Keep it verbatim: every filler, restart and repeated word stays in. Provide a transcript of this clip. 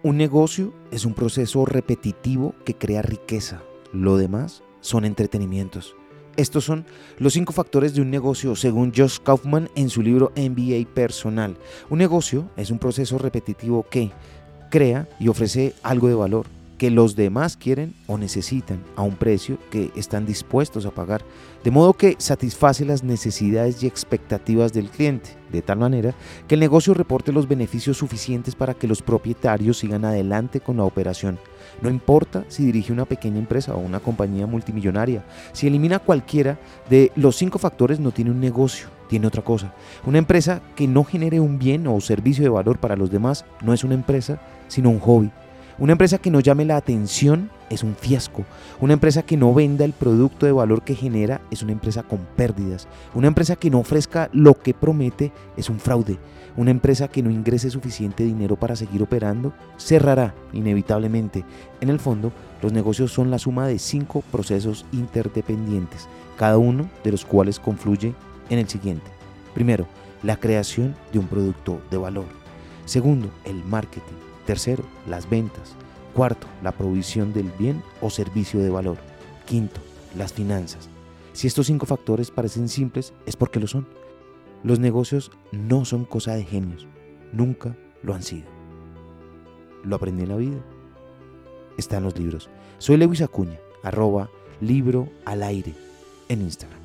Un negocio es un proceso repetitivo que crea riqueza. Lo demás son entretenimientos. Estos son los cinco factores de un negocio según Josh Kaufman en su libro M B A Personal. Un negocio es un proceso repetitivo que crea y ofrece algo de valor que los demás quieren o necesitan a un precio que están dispuestos a pagar, de modo que satisface las necesidades y expectativas del cliente, de tal manera que el negocio reporte los beneficios suficientes para que los propietarios sigan adelante con la operación. No importa si dirige una pequeña empresa o una compañía multimillonaria, si elimina cualquiera de los cinco factores no tiene un negocio, tiene otra cosa. Una empresa que no genere un bien o servicio de valor para los demás no es una empresa, sino un hobby. Una empresa que no llame la atención es un fiasco. Una empresa que no venda el producto de valor que genera es una empresa con pérdidas. Una empresa que no ofrezca lo que promete es un fraude. Una empresa que no ingrese suficiente dinero para seguir operando cerrará inevitablemente. En el fondo, los negocios son la suma de cinco procesos interdependientes, cada uno de los cuales confluye en el siguiente. Primero, la creación de un producto de valor. Segundo, el marketing. Tercero, las ventas. Cuarto, la provisión del bien o servicio de valor. Quinto, las finanzas. Si estos cinco factores parecen simples, es porque lo son. Los negocios no son cosa de genios. Nunca lo han sido. Lo aprendí en la vida. Está en los libros. Soy Lewis Acuña, arroba libro al aire en Instagram.